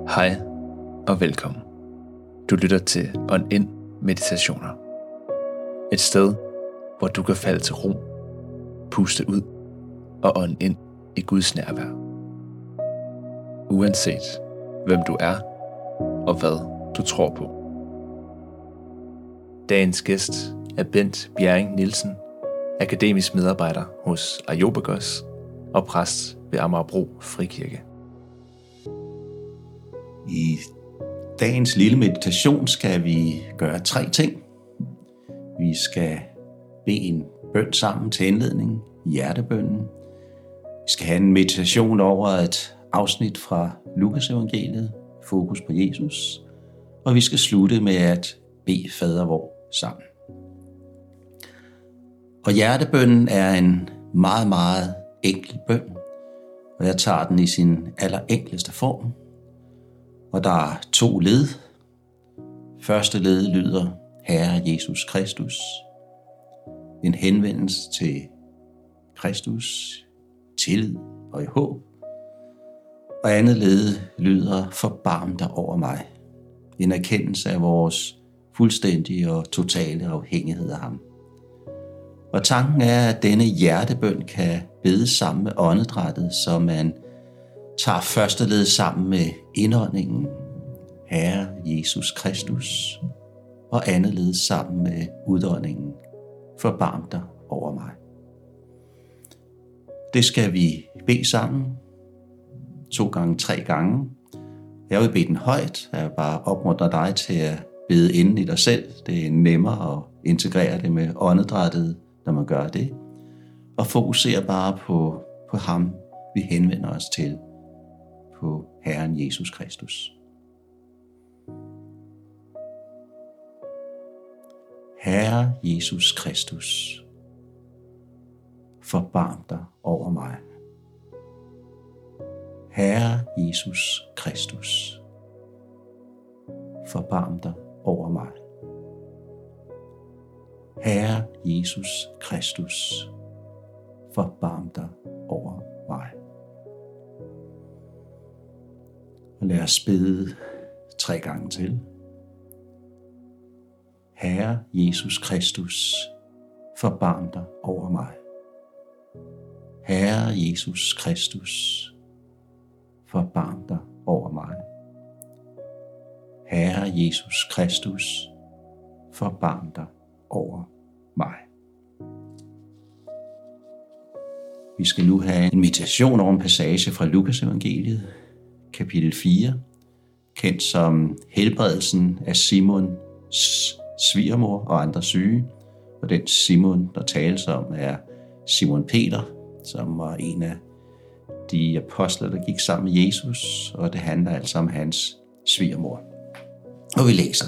Hej og velkommen. Du lytter til Ånd Ind Meditationer. Et sted, hvor du kan falde til ro, puste ud og ånde ind i Guds nærvær. Uanset hvem du er og hvad du tror på. Dagens gæst er Bent Bjerring Nielsen, akademisk medarbejder hos Aiobagos og præst ved Amagerbro Frikirke. I dagens lille meditation skal vi gøre 3 ting. Vi skal bede en bøn sammen til indledning, hjertebønnen. Vi skal have en meditation over et afsnit fra Lukas evangeliet, fokus på Jesus. Og vi skal slutte med at bede fader vor sammen. Og hjertebønnen er en meget, meget enkel bøn. Og jeg tager den i sin allerenkleste form. Og der er 2 led. Første led lyder: Herre Jesus Kristus. En henvendelse til Kristus, tillid og i håb. Og andet led lyder: Forbarm dig over mig. En erkendelse af vores fuldstændige og totale afhængighed af ham. Og tanken er, at denne hjertebøn kan bedes sammen med åndedrættet, så man tager første led sammen med indåndingen, Herre Jesus Kristus, og andet led sammen med udåndingen, forbarm dig over mig. Det skal vi bede sammen 2 gange, 3 gange. Jeg vil bede den højt. Jeg vil bare opmuntre dig til at bede inden i dig selv. Det er nemmere at integrere det med åndedrættet, når man gør det. Og fokusere bare på ham, vi henvender os til, på Herren Jesus Kristus. Herre Jesus Kristus, forbarm dig over mig. Herre Jesus Kristus, forbarm dig over mig. Herre Jesus Kristus, forbarm dig over mig. Og lad os bede 3 gange til. Herre Jesus Kristus, forbarm dig over mig. Herre Jesus Kristus, forbarm dig over mig. Herre Jesus Kristus, forbarm dig over mig. Vi skal nu have en meditation over en passage fra Lukas evangeliet, kapitel 4, kendt som helbredelsen af Simons svigermor og andre syge. Og den Simon, der tales om, er Simon Peter, som var en af de apostler, der gik sammen med Jesus, og det handler altså om hans svigermor. Og vi læser: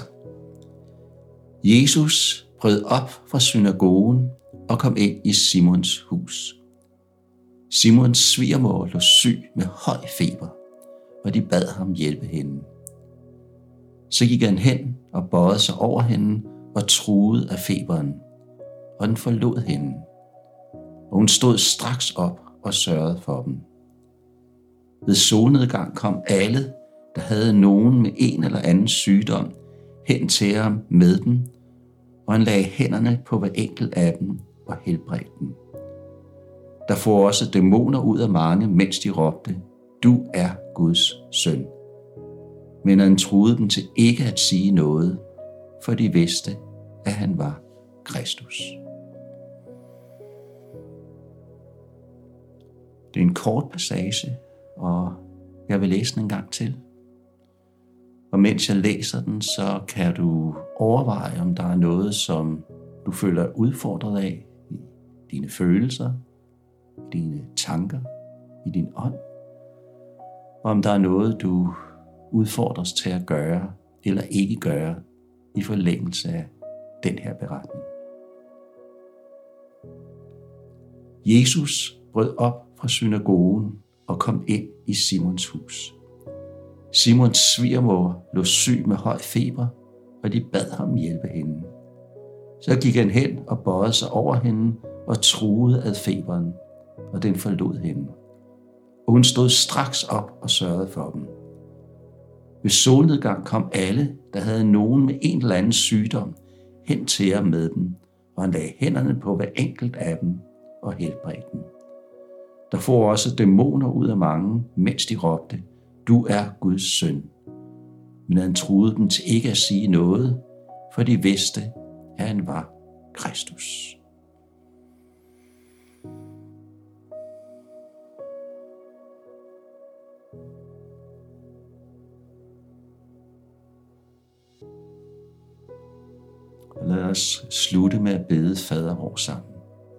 Jesus brød op fra synagogen og kom ind i Simons hus. Simons svigermor lå syg med høj feber, og de bad ham hjælpe hende. Så gik han hen og bøjede sig over hende og truede af feberen, og den forlod hende. Og hun stod straks op og sørgede for dem. Ved solnedgang kom alle, der havde nogen med en eller anden sygdom, hen til ham med dem, og han lagde hænderne på hver enkelt af dem og helbredte dem. Der får også dæmoner ud af mange, mens de råbte: Du er Guds søn. Men han truede dem til ikke at sige noget, for de vidste, at han var Kristus. Det er en kort passage, og jeg vil læse den en gang til. Og mens jeg læser den, så kan du overveje, om der er noget, som du føler udfordret af i dine følelser, dine tanker, i din ånd. Og om der er noget, du udfordres til at gøre eller ikke gøre i forlængelse af den her beretning. Jesus brød op fra synagogen og kom ind i Simons hus. Simons svigermor lå syg med høj feber, og de bad ham hjælpe hende. Så gik han hen og bøjede sig over hende og truede af feberen, og den forlod hende. Og hun stod straks op og sørgede for dem. Ved solnedgang kom alle, der havde nogen med en eller anden sygdom, hen til ham med dem, og han lagde hænderne på hver enkelt af dem og helbredte dem. Der får også dæmoner ud af mange, mens de råbte, du er Guds søn. Men han truede dem til ikke at sige noget, for de vidste, at han var Kristus. Lad os slutte med at bede Fader vor sammen.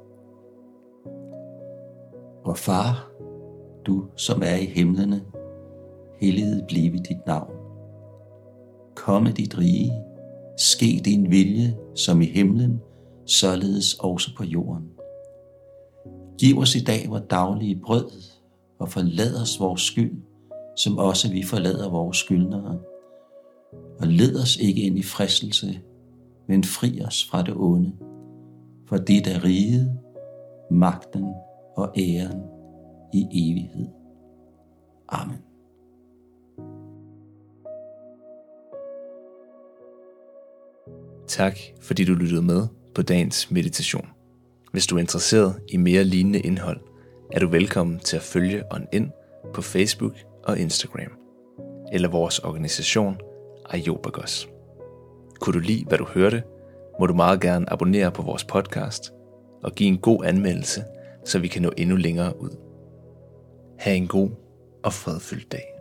Og Far, du som er i himlene, helliget blive dit navn. Komme dit rige, ske din vilje som i himlen, således også på jorden. Giv os i dag vores daglige brød, og forlad os vores skyld, som også vi forlader vores skyldnere. Og led os ikke ind i fristelse, men fri os fra det onde. For det er riget, magten og æren i evighed. Amen. Tak fordi du lyttede med på dagens meditation. Hvis du er interesseret i mere lignende indhold, er du velkommen til at følge On In på Facebook og Instagram, eller vores organisation Aiopagos. Kunne du lide, hvad du hørte, må du meget gerne abonnere på vores podcast og give en god anmeldelse, så vi kan nå endnu længere ud. Ha' en god og fredfyldt dag.